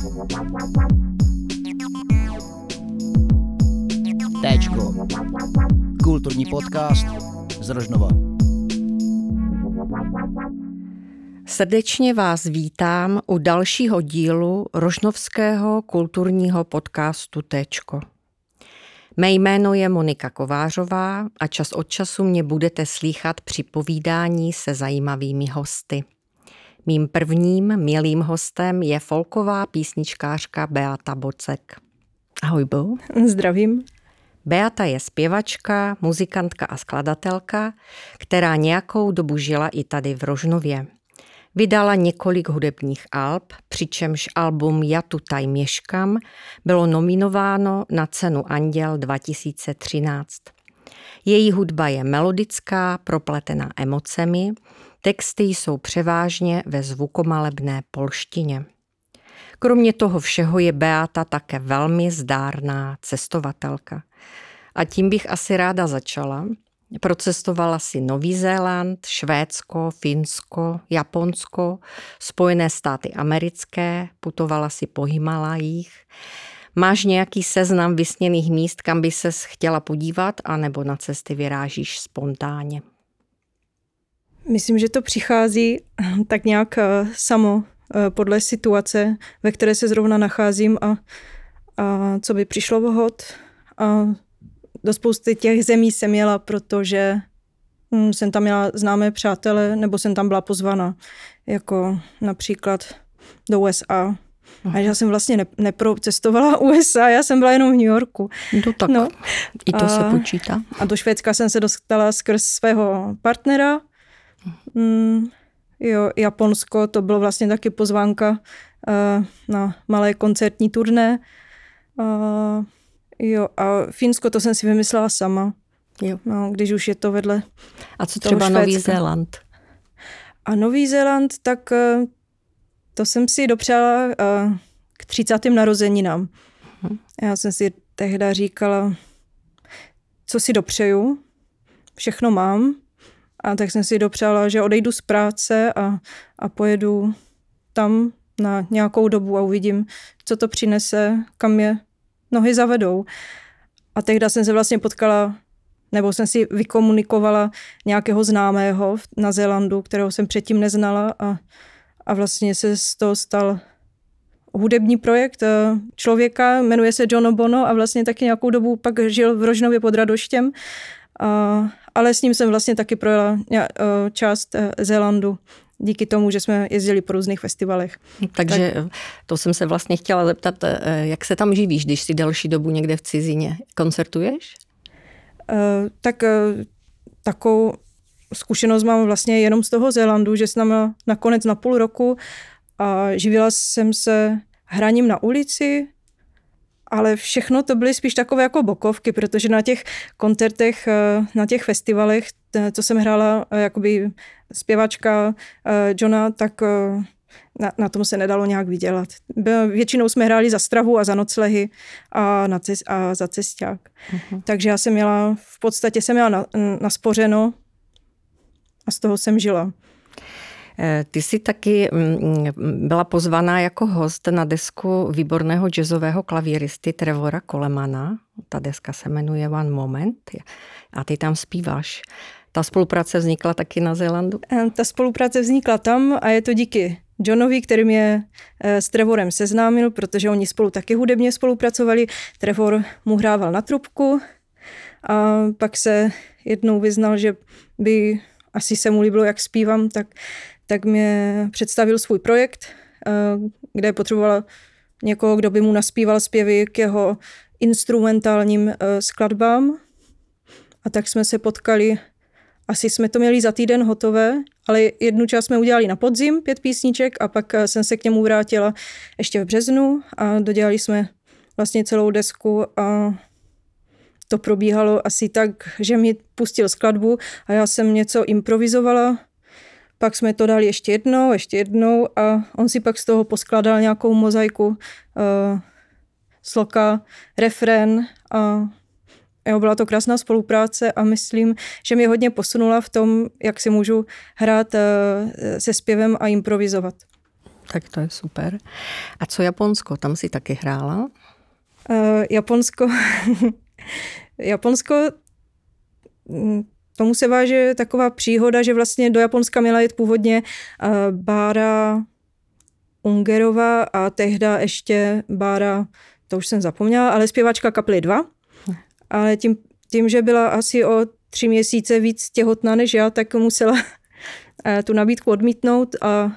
Téčko. Kulturní podcast z Rožnova. Srdečně vás vítám u dalšího dílu rožnovského kulturního podcastu Téčko. Mé jméno je Monika Kovářová a čas od času mě budete slýchat při povídání se zajímavými hosty. Mým prvním milým hostem je folková písničkářka Beata Bocek. Ahoj, Bo. Zdravím. Beata je zpěvačka, muzikantka a skladatelka, která nějakou dobu žila i tady v Rožnově. Vydala několik hudebních alb, přičemž album Ja tutaj mieszkam bylo nominováno na cenu Anděl 2013. Její hudba je melodická, propletená emocemi, texty jsou převážně ve zvukomalebné polštině. Kromě toho všeho je Beata také velmi zdárná cestovatelka. A tím bych asi ráda začala. Procestovala si Nový Zéland, Švédsko, Finsko, Japonsko, Spojené státy americké, putovala si po Himalajích. Máš nějaký seznam vysněných míst, kam by ses chtěla podívat, anebo na cesty vyrážíš spontánně? Myslím, že to přichází tak nějak samo podle situace, ve které se zrovna nacházím a co by přišlo vhod. A do spousty těch zemí jsem jela, protože jsem tam měla známé přátele, nebo jsem tam byla pozvána, jako například do USA. A já jsem vlastně neprocestovala USA, já jsem byla jenom v New Yorku. No, i to se počítá. A do Švédska jsem se dostala skrz svého partnera. Japonsko, to bylo vlastně taky pozvánka na malé koncertní turné. A Finsko, to jsem si vymyslela sama. Jo. No, když už je to vedle. A co třeba Nový Zéland? A Nový Zéland, tak to jsem si dopřála k 30. narozeninám. Já jsem si tehdy říkala, co si dopřeju, všechno mám. A tak jsem si dopřála, že odejdu z práce a pojedu tam na nějakou dobu a uvidím, co to přinese, kam mě nohy zavedou. A tehdy jsem se vlastně potkala, nebo jsem si vykomunikovala nějakého známého na Zélandu, kterého jsem předtím neznala a vlastně se z toho stal hudební projekt člověka, jmenuje se John Bono a vlastně taky nějakou dobu pak žil v Rožnově pod Radoštěm. Ale s ním jsem vlastně taky projela část Zélandu díky tomu, že jsme jezdili po různých festivalech. Takže to jsem se vlastně chtěla zeptat, jak se tam živíš, když jsi delší dobu někde v cizině? Koncertuješ? Takovou zkušenost mám vlastně jenom z toho Zélandu, že jsem tam nakonec na půl roku a živila jsem se hraním na ulici, ale všechno to byly spíš takové jako bokovky, protože na těch koncertech, na těch festivalech, co jsem hrála jakoby zpěvačka Johna, tak na tom se nedalo nějak vydělat. Většinou jsme hráli za stravu a za noclehy a za cesták. Takže já jsem měla, v podstatě jsem měla naspořeno a z toho jsem žila. Ty jsi taky byla pozvaná jako host na desku výborného jazzového klavíristy Trevora Colemana. Ta deska se jmenuje One Moment a ty tam zpíváš. Ta spolupráce vznikla taky na Zélandu? Ta spolupráce vznikla tam a je to díky Johnovi, který mě s Trevorem seznámil, protože oni spolu taky hudebně spolupracovali. Trevor mu hrával na trubku a pak se jednou vyznal, že by asi se mu líbilo, jak zpívám, tak mě představil svůj projekt, kde potřebovala někoho, kdo by mu naspíval zpěvy k jeho instrumentálním skladbám. A tak jsme se potkali, asi jsme to měli za týden hotové, ale jednu část jsme udělali na podzim, 5 písniček a pak jsem se k němu vrátila ještě v březnu a dodělali jsme vlastně celou desku a to probíhalo asi tak, že mi pustil skladbu a já jsem něco improvizovala. Pak jsme to dali ještě jednou a on si pak z toho poskladal nějakou mozaiku, sloka, refrén a byla to krásná spolupráce a myslím, že mě hodně posunula v tom, jak si můžu hrát se zpěvem a improvizovat. Tak to je super. A co Japonsko? Tam si taky hrála? Japonsko, tomu se váže taková příhoda, že vlastně do Japonska měla jít původně Bára Ungerová a tehda ještě Bára, to už jsem zapomněla, ale zpěvačka kapely 2. Ale tím, že byla asi o 3 měsíce víc těhotná než já, tak musela tu nabídku odmítnout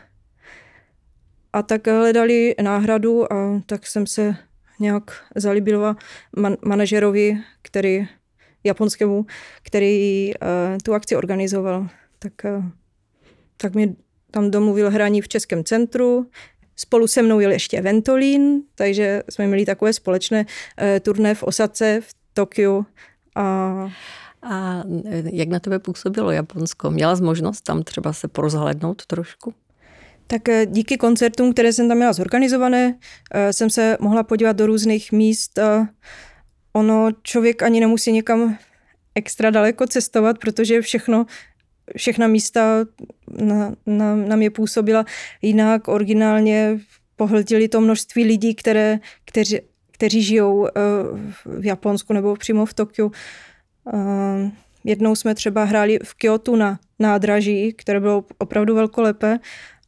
a tak hledali náhradu a tak jsem se nějak zalíbila manažerovi, japonskému, který tu akci organizoval. Tak mě tam domluvil hraní v Českém centru. Spolu se mnou jel ještě Ventolin, takže jsme měli takové společné turné v Osace, v Tokiu. A jak na tebe působilo Japonsko? Měla jsi možnost tam třeba se porozhlédnout trošku? Tak díky koncertům, které jsem tam měla zorganizované, jsem se mohla podívat do různých míst. Ono člověk ani nemusí někam extra daleko cestovat, protože všechna místa na mě působila jinak, originálně. Pohltili to množství lidí, kteří žijou v Japonsku nebo přímo v Tokiu. Jednou jsme třeba hráli v Kyotu na nádraží, které bylo opravdu velkolepé.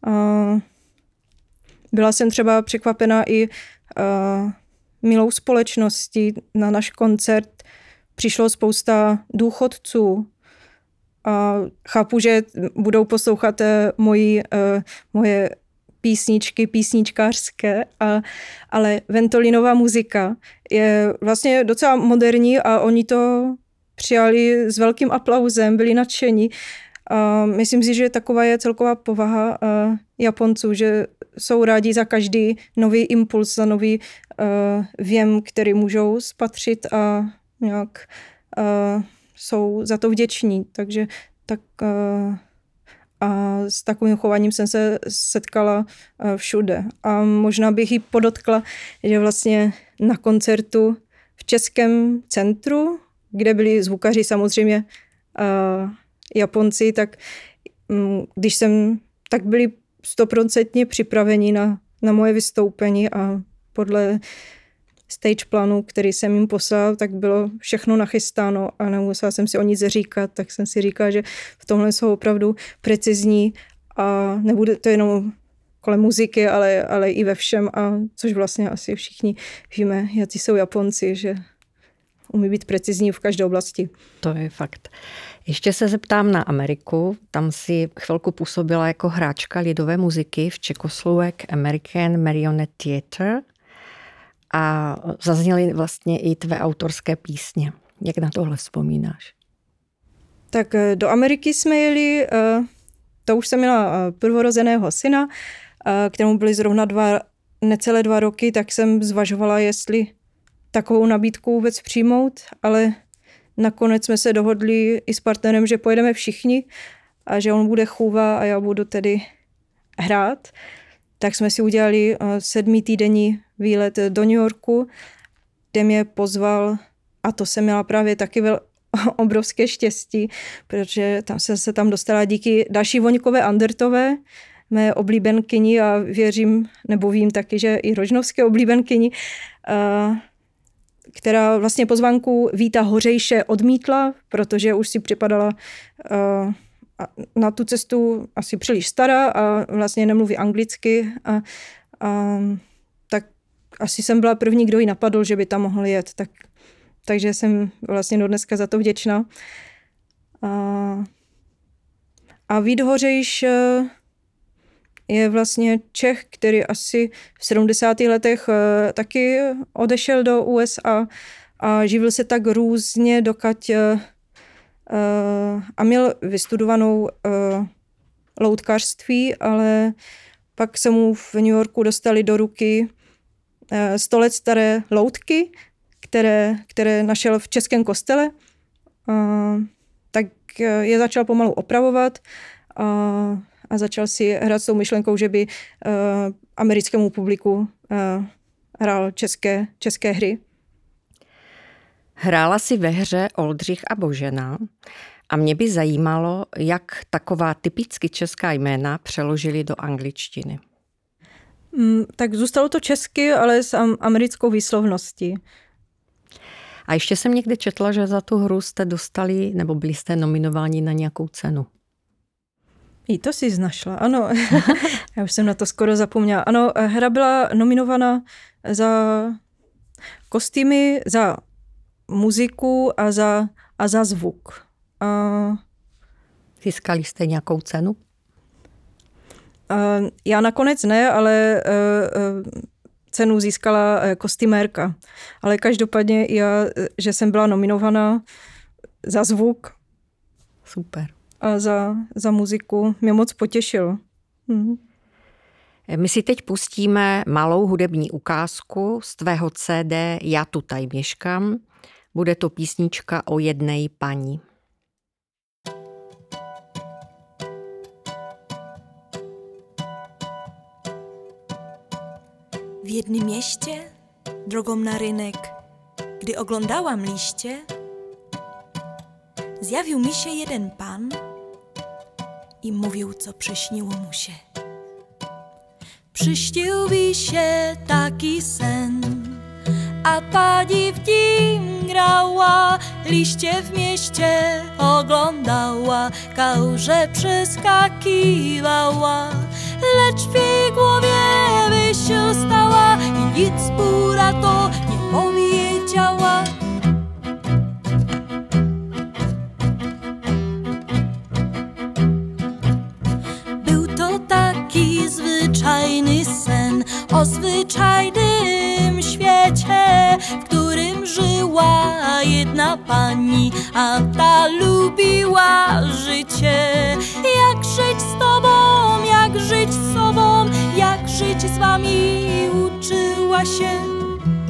Byla jsem třeba překvapena i milou společností. Na náš koncert přišlo spousta důchodců. Chápu, že budou poslouchat moje písničkářské, ale Ventolinová muzika je vlastně docela moderní a oni to přijali s velkým aplauzem, byli nadšení. Myslím si, že taková je celková povaha Japonců, že jsou rádi za každý nový impuls, za nový věm, který můžou spatřit a nějak jsou za to vděční. Takže a s takovým chováním jsem se setkala všude. A možná bych ji podotkla, že vlastně na koncertu v Českém centru, kde byli zvukaři samozřejmě Japonci, tak byli 100% připraveni na moje vystoupení a podle stage plánu, který jsem jim poslal, tak bylo všechno nachystáno a nemusela jsem si o nic říkat, tak jsem si říkala, že v tomhle jsou opravdu precizní a nebude to jenom kolem muziky, ale i ve všem, a což vlastně asi všichni víme, jaký jsou Japonci, že umí být precizní v každé oblasti. To je fakt. Ještě se zeptám na Ameriku. Tam si chvilku působila jako hráčka lidové muziky v Czechoslovak American Marionette Theatre a zazněly vlastně i tvé autorské písně. Jak na tohle vzpomínáš? Tak do Ameriky jsme jeli, to už jsem měla prvorozeného syna, kterému byly zrovna necelé 2 roky, tak jsem zvažovala, jestli takovou nabídku vůbec přijmout, ale nakonec jsme se dohodli i s partnerem, že pojedeme všichni a že on bude chůva a já budu tedy hrát. Tak jsme si udělali 7týdenní výlet do New Yorku, kde mě pozval, a to jsem měla právě taky obrovské štěstí, protože tam jsem se tam dostala díky Daši Voňkové Andertové, mé oblíbenkyni, a vím taky, že i Rožnovské oblíbenkyni, která vlastně pozvánku Víta Hořejše odmítla, protože už si připadala na tu cestu asi příliš stará a vlastně nemluví anglicky. Tak asi jsem byla první, kdo ji napadl, že by tam mohl jet. Takže jsem vlastně do dneska za to vděčná. A Vít Hořejš je vlastně Čech, který asi v 70. letech taky odešel do USA a živil se tak různě, a měl vystudovanou loutkařství, ale pak se mu v New Yorku dostali do ruky 100 let staré loutky, které našel v českém kostele. Tak je začal pomalu opravovat a začal si hrát s tou myšlenkou, že by americkému publiku hrál české hry. Hrála si ve hře Oldřich a Božena a mě by zajímalo, jak taková typicky česká jména přeložili do angličtiny. Tak zůstalo to česky, ale s americkou výslovností. A ještě jsem někde četla, že za tu hru jste dostali, nebo byli jste nominováni na nějakou cenu. I to jsi našla, ano. Já už jsem na to skoro zapomněla. Ano, hra byla nominovaná za kostýmy, za muziku a za zvuk. Získali jste nějakou cenu? Já nakonec ne, ale cenu získala kostymérka. Ale každopádně já, že jsem byla nominovaná za zvuk. Super. A za muziku mě moc potěšilo. My si teď pustíme malou hudební ukázku z tvého CD Já tu taj měškám. Bude to písnička o jednej paní. W jednym mieście, drogą na rynek, gdy oglądałam liście, zjawił mi się jeden pan i mówił, co przyśniło mu się. Przyśnił mi się taki sen, a pani w nim grała, liście w mieście oglądała, kałuże przeskakiwała, lecz w jej głowie myśl stała i nic mu na to nie powiedziała. Był to taki zwyczajny sen o zwyczajnym świecie, w którym żyła jedna pani, a ta lubiła życie. Jak żyć z tobą, jak żyć z sobą, jak żyć z wami uczyła się.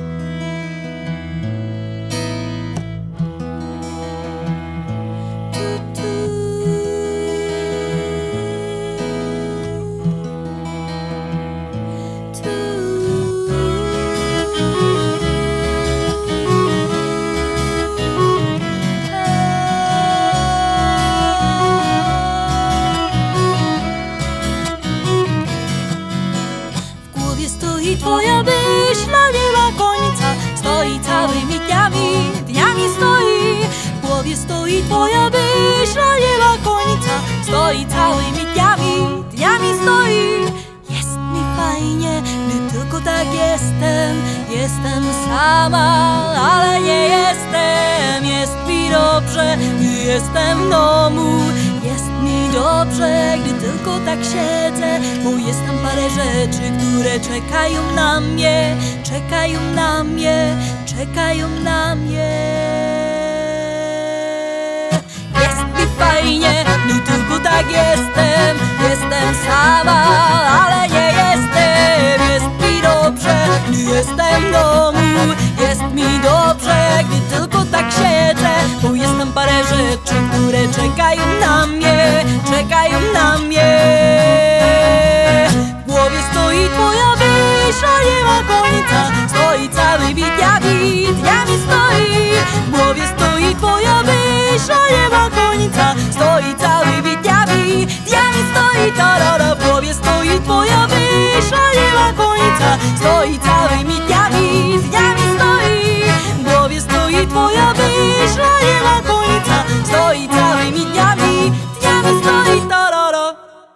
Twoja myśl nie ma końca, stoi całymi dniami stoi. W głowie stoi twoja myśl nie ma końca, stoi całymi dniami stoi. Jest mi fajnie, gdy tylko tak jestem sama, ale nie jestem. Jest mi dobrze, gdy jestem w domu. Jest mi dobrze, gdy tylko tak siedzę, bo jest tam parę rzeczy, które czekają na mnie, czekają na mnie, czekają na mnie. Jest mi fajnie, gdy tylko tak jestem sama, ale nie jestem. Jest mi dobrze, gdy jestem w domu. Jest mi dobrze, gdy tylko tak siedzę, bo jest tam parę rzeczy, które czekają na mnie, czekają na mnie. W głowie stoi twoja myśl, a nie ma końca, stoi całymi dniami stoi. W głowie stoi twoja myśl, a nie ma końca, stoi całymi dniami stoi. Tarara, w głowie stoi twoja myśl, a nie ma końca, stoi całymi dniami stoi. W głowie stoi twoja myśl, a nie ma końca, stoi całymi dniami stoi. Tarara.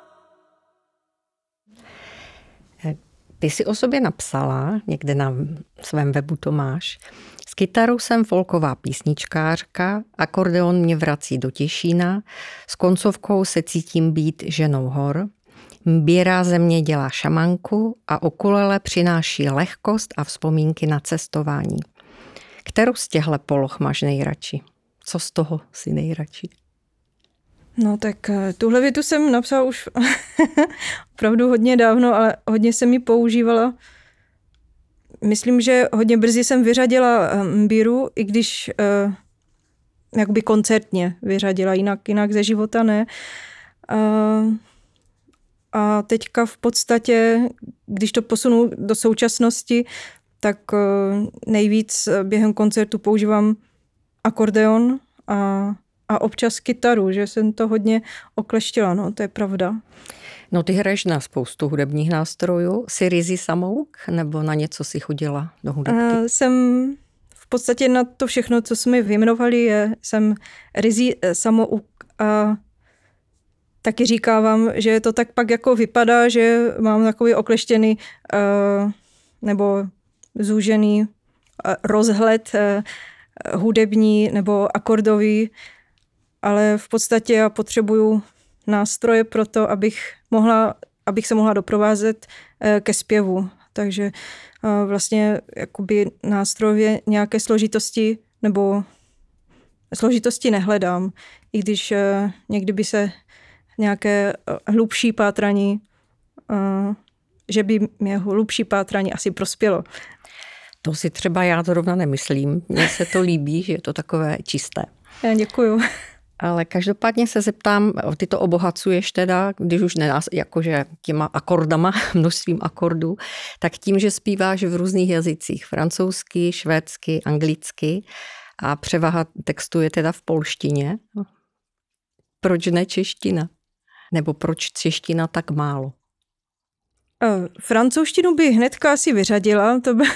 Ty jsi o sobě napsala, někde na svém webu to máš, s kytarou jsem folková písničkářka, akordeon mě vrací do Těšína, s koncovkou se cítím být ženou hor, mbírá ze mě dělá šamanku a ukulele přináší lehkost a vzpomínky na cestování. Kterou z těchto poloh máš nejradši? Co z toho si nejradši? No tak tuhle větu jsem napsala už opravdu hodně dávno, ale hodně jsem ji používala. Myslím, že hodně brzy jsem vyřadila mbíru, i když jakoby koncertně vyřadila, jinak ze života ne. A teďka v podstatě, když to posunu do současnosti, tak nejvíc během koncertu používám akordeon a občas kytaru, že jsem to hodně okleštila, no, to je pravda. No ty hraješ na spoustu hudebních nástrojů. Jsi ryzí samouk nebo na něco si chodila do hudebky? Jsem v podstatě na to všechno, co jsme vyjmenovali, jsem ryzí samouk a taky říkávám, že to tak pak jako vypadá, že mám takový okleštěný nebo zúžený rozhled hudební nebo akordový, ale v podstatě já potřebuju nástroje pro to, abych se mohla doprovázet ke zpěvu. Takže vlastně jakoby nástrojově nějaké složitosti nebo složitosti nehledám, i když někdy by se nějaké hlubší pátraní, že by mě hlubší pátraní asi prospělo. To si třeba já zrovna nemyslím. Mně se to líbí, že je to takové čisté. Děkuju. Ale každopádně se zeptám, ty to obohacuješ teda, když už ne jakože těma akordama, množstvím akordů, tak tím, že zpíváš v různých jazycích, francouzsky, švédsky, anglicky a převaha textu je teda v polštině. Proč ne čeština? Nebo proč čeština tak málo? Francouzštinu by hnedka asi vyřadila,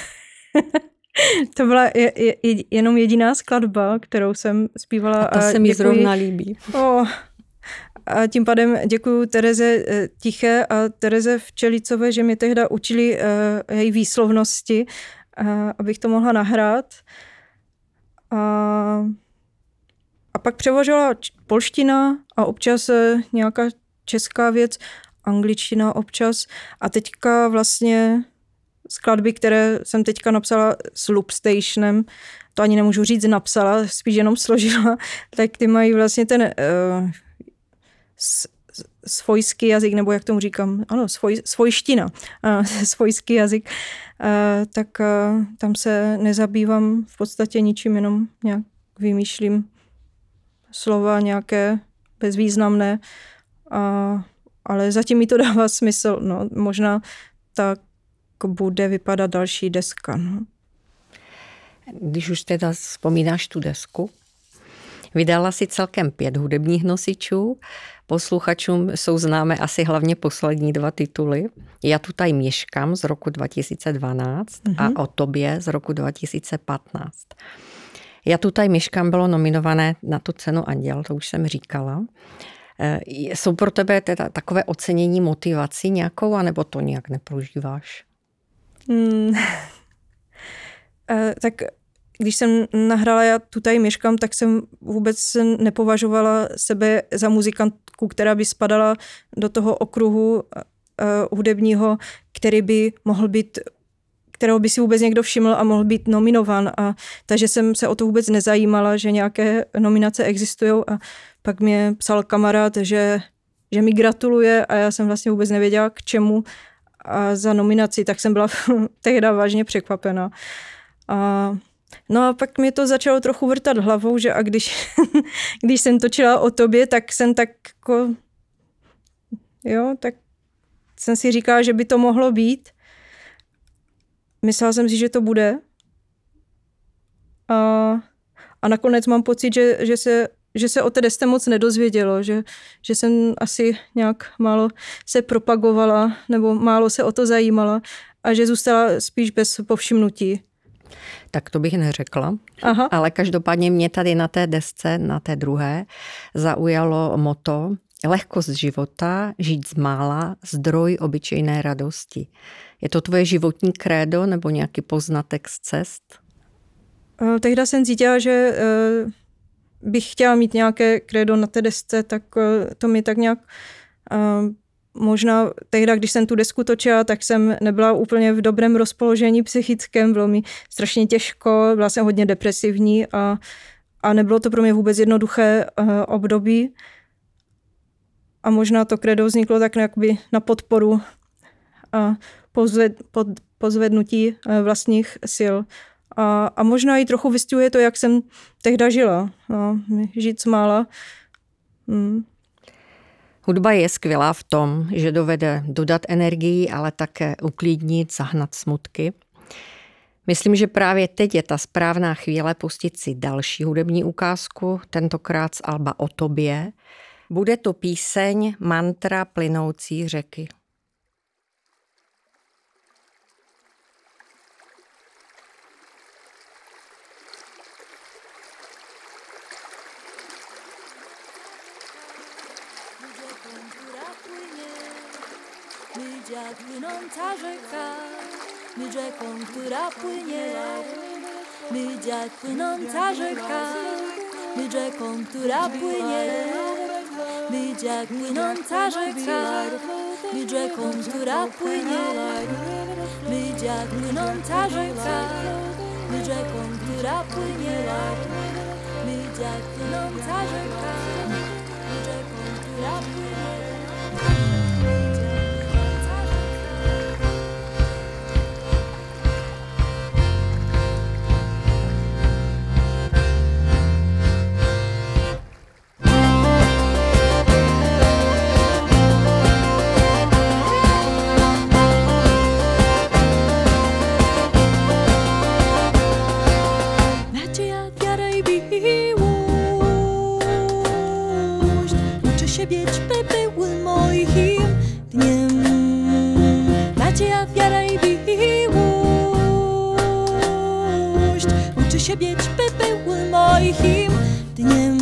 to byla jenom jediná skladba, kterou jsem zpívala. A ta se mi zrovna líbí. A tím pádem děkuju Tereze Tiché a Tereze Včelicové, že mě tehda učili její výslovnosti, abych to mohla nahrát. A pak převažovala polština a občas nějaká česká věc, angličtina občas. A teďka vlastně skladby, které jsem teďka napsala s Loop Stationem, to ani nemůžu říct napsala, spíš jenom složila, tak ty mají vlastně ten svojský jazyk, nebo jak tomu říkám, ano, svojština, svojský jazyk, tak tam se nezabývám v podstatě ničím, jenom nějak vymýšlím slova nějaké bezvýznamné, ale zatím mi to dává smysl. No, možná tak bude vypadat další deska. No. Když už teda vzpomínáš tu desku, vydala si celkem 5 hudebních nosičů. Posluchačům jsou známé asi hlavně poslední 2 tituly. Já tu tady měškám z roku 2012 a O tobě z roku 2015. Já tu tady měškám bylo nominované na tu cenu Anděl, to už jsem říkala. Jsou pro tebe teda takové ocenění motivací nějakou, anebo to nějak neprožíváš? Tak když jsem nahrála Já tu tady měškám, tak jsem vůbec nepovažovala sebe za muzikantku, která by spadala do toho okruhu hudebního, který by mohl být, kterého by si vůbec někdo všiml a mohl být nominován. Takže jsem se o to vůbec nezajímala, že nějaké nominace existují a pak mě psal kamarád, že mi gratuluje a já jsem vlastně vůbec nevěděla k čemu a za nominaci, tak jsem byla tehdy vážně překvapena. No a pak mě to začalo trochu vrtat hlavou, že a když jsem točila O tobě, tak jsem tak jako, tak jsem si říkala, že by to mohlo být. Myslela jsem si, že to bude. A nakonec mám pocit, že se o té desce moc nedozvědělo, že jsem asi nějak málo se propagovala nebo málo se o to zajímala a že zůstala spíš bez povšimnutí. Tak to bych neřekla, Aha. Ale každopádně mě tady na té desce, na té druhé, zaujalo motto Lehkost života, žít z mála, zdroj obyčejné radosti. Je to tvoje životní krédo nebo nějaký poznatek z cest? Tehdy jsem cítila, že bych chtěla mít nějaké krédo na té desce, tak to mi tak nějak možná tehdy, když jsem tu desku točila, tak jsem nebyla úplně v dobrém rozpoložení psychickém, bylo mi strašně těžko, byla jsem hodně depresivní a nebylo to pro mě vůbec jednoduché období. A možná to krédo vzniklo tak nějakby na podporu a pozvednutí vlastních sil. A možná i trochu vystihuje to, jak jsem tehdy žila. Žít z mála. Hudba je skvělá v tom, že dovede dodat energii, ale také uklidnit, zahnat smutky. Myslím, že právě teď je ta správná chvíle pustit si další hudební ukázku, tentokrát z alba O tobě. Bude to píseň Mantra plynoucí řeky. Jak płynąca rzeka, my rzeką, która płynie. My jak płynąca rzeka, my rzeką, która płynie. My jak płynąca rzeka, my rzeką, która płynie. My jak płynąca rzeka, my rzeką, która płynie. My jak płynąca rzeka, my rzeką, która płynie. Bieć, by były moim dniem. Nadzieja, wiara i miłość uczy się bieć, by były moim dniem.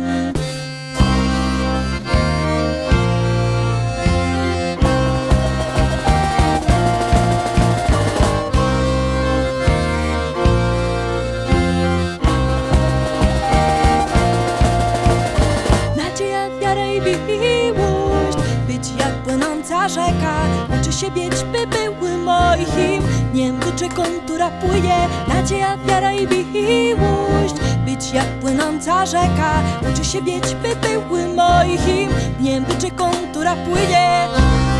Rzeka uczy się bieć, by były moim dniem. Do rzeką, która płynie, nadzieja, wiara i miłość. Być jak płynąca rzeka, uczy się bieć, by były moim dniem. Do rzeką, która płynie.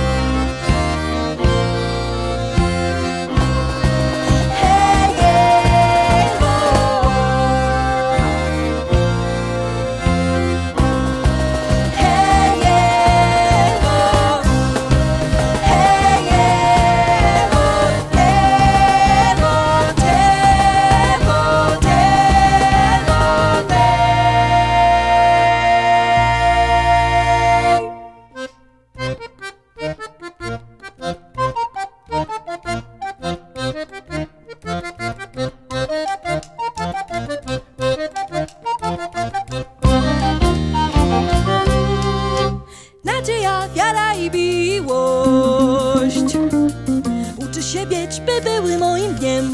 Nadzieja, wiara i miłość uczy się bieć, by były moim dniem.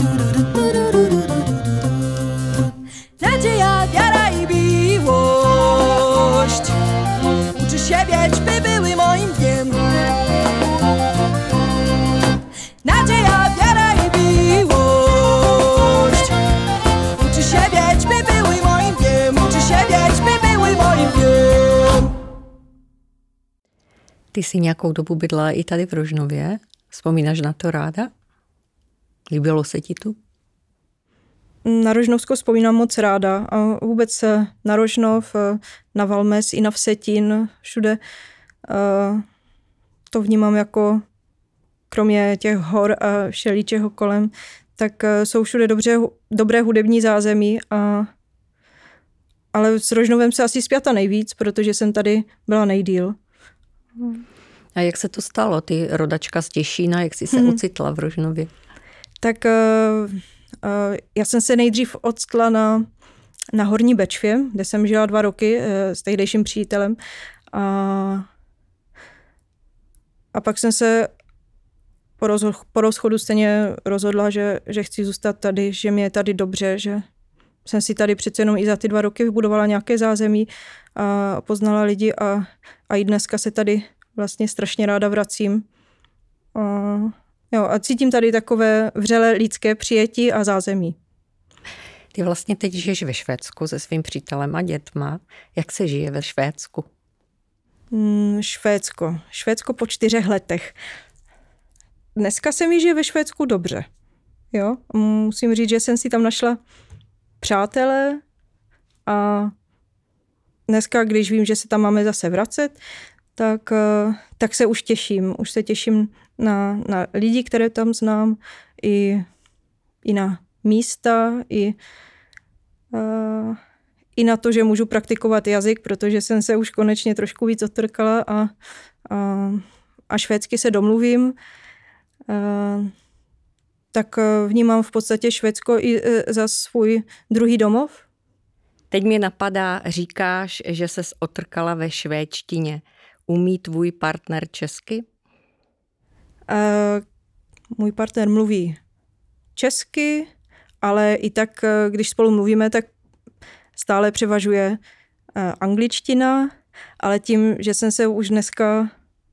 Nadzieja, wiara i miłość uczy się bieć, by były moim dniem. Nadzieja, wiara i miłość uczy się bieć, by były moim dniem. Uczy się bieć, by były moim dniem. Ty jsi nějakou dobu bydlela i tady v Rožnově? Vzpomínáš na to ráda? Líbilo se ti tu? Na Rožnovsko vzpomínám moc ráda. A vůbec na Rožnov, na Valmes i na Vsetín, všude to vnímám jako, kromě těch hor a všeličeho kolem, tak jsou všude dobré hudební zázemí. Ale s Rožnovem se asi spjata nejvíc, protože jsem tady byla nejdýl. A jak se to stalo? Ty rodačka z Těšína, jak jsi se ocitla v Rožnově? Tak já jsem se nejdřív odstla na Horní Bečvě, kde jsem žila 2 roky s tehdejším přítelem. A pak jsem se po rozchodu stejně rozhodla, že chci zůstat tady, že mě je tady dobře, že jsem si tady přece jenom i za ty 2 roky vybudovala nějaké zázemí a poznala lidi a i dneska se tady vlastně strašně ráda vracím. A cítím tady takové vřelé lidské přijetí a zázemí. Ty vlastně teď žiješ ve Švédsku se svým přítelem a dětma. Jak se žije ve Švédsku? Švédsko po 4 letech. Dneska se mi žije ve Švédsku dobře. Jo? Musím říct, že jsem si tam našla přátele a dneska, když vím, že se tam máme zase vracet, tak se už těším. Už se těším na lidi, které tam znám, i na místa, i na to, že můžu praktikovat jazyk, protože jsem se už konečně trošku víc otrkala a švédsky se domluvím, tak vnímám v podstatě Švédsko i za svůj druhý domov. Teď mě napadá, říkáš, že ses otrkala ve švédštině. Umí tvůj partner česky? Můj partner mluví česky, ale i tak, když spolu mluvíme, tak stále převažuje angličtina, ale tím, že se už dneska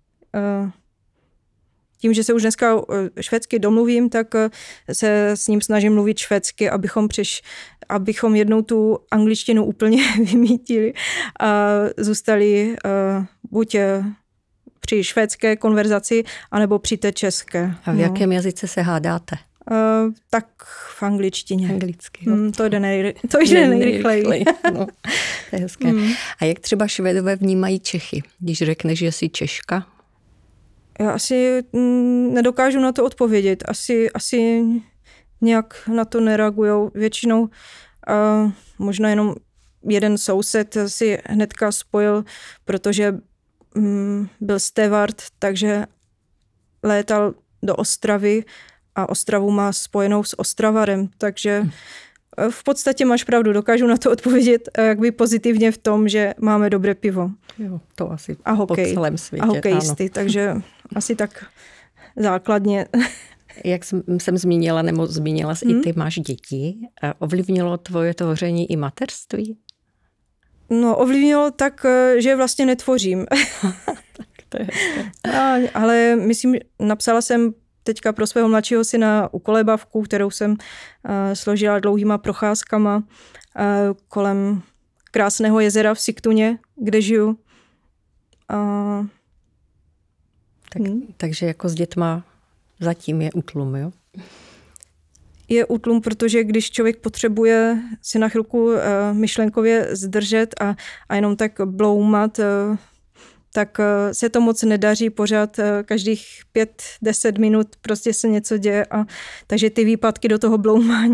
švédsky domluvím, tak se s ním snažím mluvit švédsky, abychom jednou tu angličtinu úplně vymítili a zůstali buď při švédské konverzaci, anebo při té české. A v jakém jazyce se hádáte? Tak v angličtině. Anglicky, jo. To jde nejrychleji. No, to je hezké. A jak třeba Švédové vnímají Čechy, když řekneš, že jsi Češka? Já asi nedokážu na to odpovědět. Asi nějak na to nereagujou. Většinou možná jenom jeden soused si hnedka spojil, protože byl steward, takže létal do Ostravy a Ostravu má spojenou s Ostravarem, takže v podstatě máš pravdu, dokážu na to odpovědět jakby pozitivně v tom, že máme dobré pivo. Jo, to asi a hokej, po celém světě. A hokejisty, ano. Takže asi tak základně. Jak jsem zmínila, nebo zmínila jsi, i ty máš děti. Ovlivnilo tvoje tvoření i mateřství? No, ovlivnilo tak, že vlastně netvořím. Tak to je hezké. Ale myslím, napsala jsem teďka pro svého mladšího syna ukolébavku, kterou jsem složila dlouhýma procházkama kolem krásného jezera v Sigtuně, kde žiju. Takže jako s dětma zatím je útlum, jo? Je útlum, protože když člověk potřebuje si na chvilku myšlenkově zdržet a jenom tak bloumat, tak se to moc nedaří pořád, každých 5-10 minut prostě se něco děje, takže ty výpadky do toho bloumání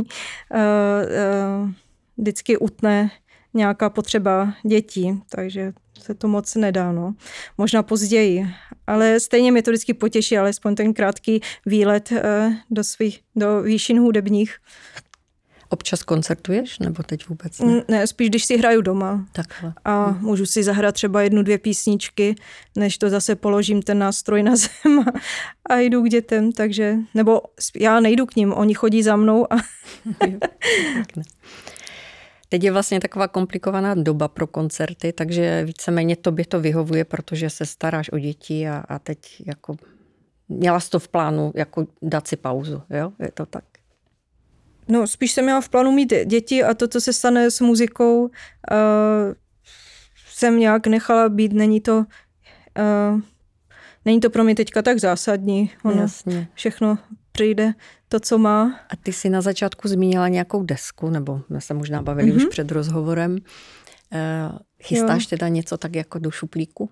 vždycky utne nějaká potřeba dětí, takže se to moc nedá, no. Možná později, ale stejně mě to vždycky potěší, alespoň ten krátký výlet do výšin hudebních. Občas koncertuješ, nebo teď vůbec ne? Ne, spíš když si hraju doma. Takhle. A můžu si zahrát třeba 1-2 písničky, než to zase položím ten nástroj na zem a jdu k dětem, takže, nebo já nejdu k nim, oni chodí za mnou. Teď je vlastně taková komplikovaná doba pro koncerty, takže víceméně tobě to vyhovuje, protože se staráš o děti a teď jako měla jsi to v plánu jako dát si pauzu, jo? Je to tak? No, spíš jsem měla v plánu mít děti a to, co se stane s muzikou, jsem nějak nechala být. Není to pro mě teďka tak zásadní. Jasně. Všechno přijde to, co má. A ty jsi na začátku zmínila nějakou desku, nebo jsme se možná bavili už před rozhovorem. Chystáš teda něco tak jako do šuplíku?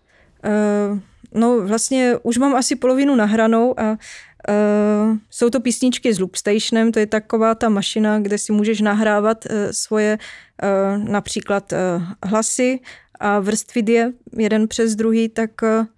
No vlastně už mám asi polovinu nahranou a jsou to písničky s Loopstationem, to je taková ta mašina, kde si můžeš nahrávat svoje například hlasy a vrstvit je jeden přes druhý, tak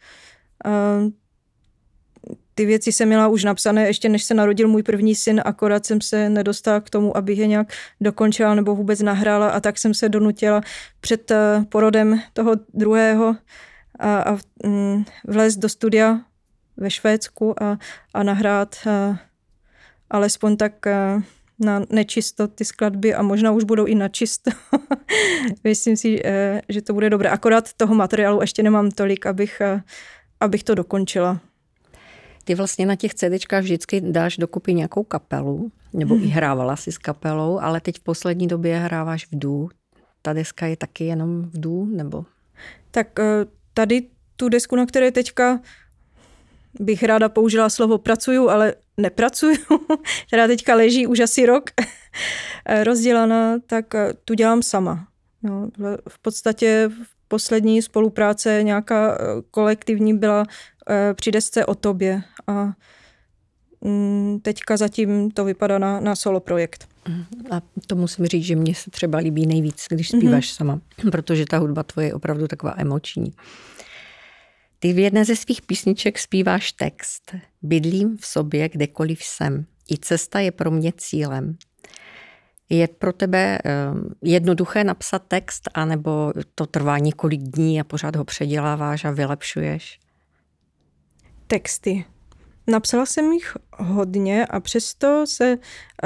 ty věci jsem měla už napsané, ještě než se narodil můj první syn, akorát jsem se nedostala k tomu, abych je nějak dokončila nebo vůbec nahrála a tak jsem se donutila před porodem toho druhého a vlézt do studia ve Švédsku a nahrát alespoň tak na nečisto ty skladby a možná už budou i na čisto. Myslím si, že to bude dobré. Akorát toho materiálu ještě nemám tolik, abych to dokončila. Ty vlastně na těch CDčkách vždycky dáš dokupy nějakou kapelu, nebo i hrávala si s kapelou, ale teď v poslední době hráváš v dů. Ta deska je taky jenom v dů, nebo? Tak tady tu desku, na které teďka bych ráda použila slovo pracuju, ale nepracuju, která teďka leží už asi rok rozdělaná, tak tu dělám sama. No, v podstatě poslední spolupráce nějaká kolektivní byla při desce O tobě a teďka zatím to vypadá na solo projekt. A to musím říct, že mně se třeba líbí nejvíc, když zpíváš sama, protože ta hudba tvoje je opravdu taková emoční. Ty v jedné ze svých písniček zpíváš text. Bydlím v sobě, kdekoliv jsem. I cesta je pro mě cílem. Je pro tebe jednoduché napsat text, anebo to trvá několik dní a pořád ho předěláváš a vylepšuješ? Texty. Napsala jsem jich hodně a přesto se,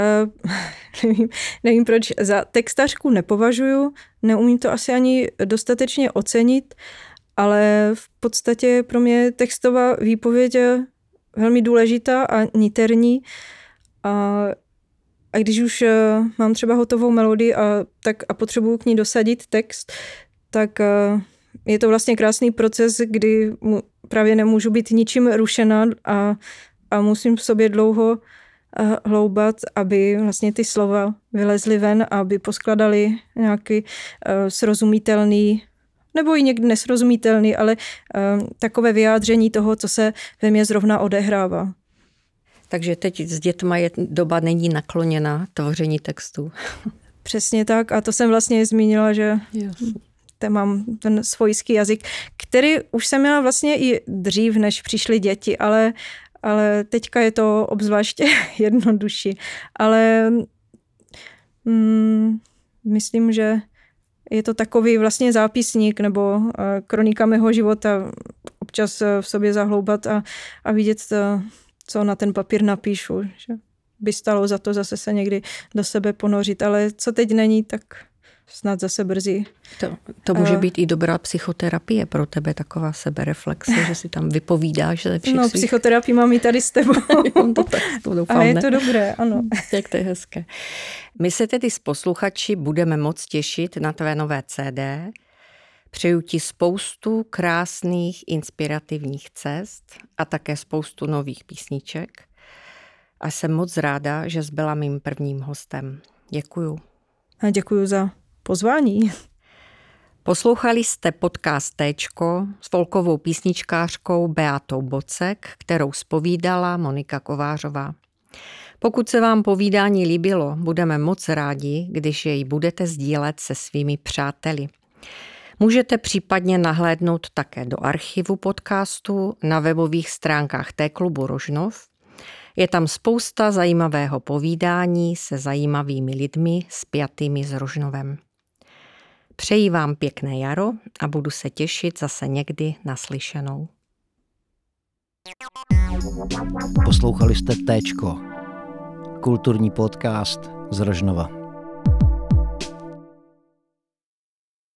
nevím proč, za textařku nepovažuju, neumím to asi ani dostatečně ocenit, ale v podstatě pro mě textová výpověď je velmi důležitá a niterní. A když už mám třeba hotovou melodii a potřebuju k ní dosadit text, tak je to vlastně krásný proces, kdy právě nemůžu být ničím rušená a musím v sobě dlouho hloubat, aby vlastně ty slova vylezly ven, aby poskladaly nějaký srozumitelný, nebo i někdy nesrozumitelný, ale takové vyjádření toho, co se ve mně zrovna odehrává. Takže teď s dětma doba není nakloněna tvoření textů. Přesně tak a to jsem vlastně zmínila, že mám ten svojský jazyk, který už jsem měla vlastně i dřív, než přišly děti, ale teďka je to obzvláště jednodušší. Ale myslím, že je to takový vlastně zápisník nebo kronika mého života. Občas v sobě zahloubat a vidět, co na ten papír napíšu. Že by stalo za to zase se někdy do sebe ponořit, ale co teď není, tak snad zase brzy. To může být i dobrá psychoterapie pro tebe, taková sebereflexe, že si tam vypovídáš ze všech svých... Psychoterapii mám i tady s tebou. To doufám, a je to dobré, ano. Jak to je hezké. My se tedy s posluchači budeme moc těšit na tvé nové CD. Přeju ti spoustu krásných, inspirativních cest a také spoustu nových písniček. A jsem moc ráda, že jsi byla mým prvním hostem. Děkuju. A děkuju za pozvání. Poslouchali jste podcast Téčko s folkovou písničkářkou Beatou Bocek, kterou zpovídala Monika Kovářová. Pokud se vám povídání líbilo, budeme moc rádi, když jej budete sdílet se svými přáteli. Můžete případně nahlédnout také do archivu podcastu na webových stránkách T-klubu Rožnov. Je tam spousta zajímavého povídání se zajímavými lidmi spjatými s Rožnovem. Přeji vám pěkné jaro a budu se těšit zase někdy na slyšenou. Poslouchali jste Téčko, kulturní podcast z Rožnova.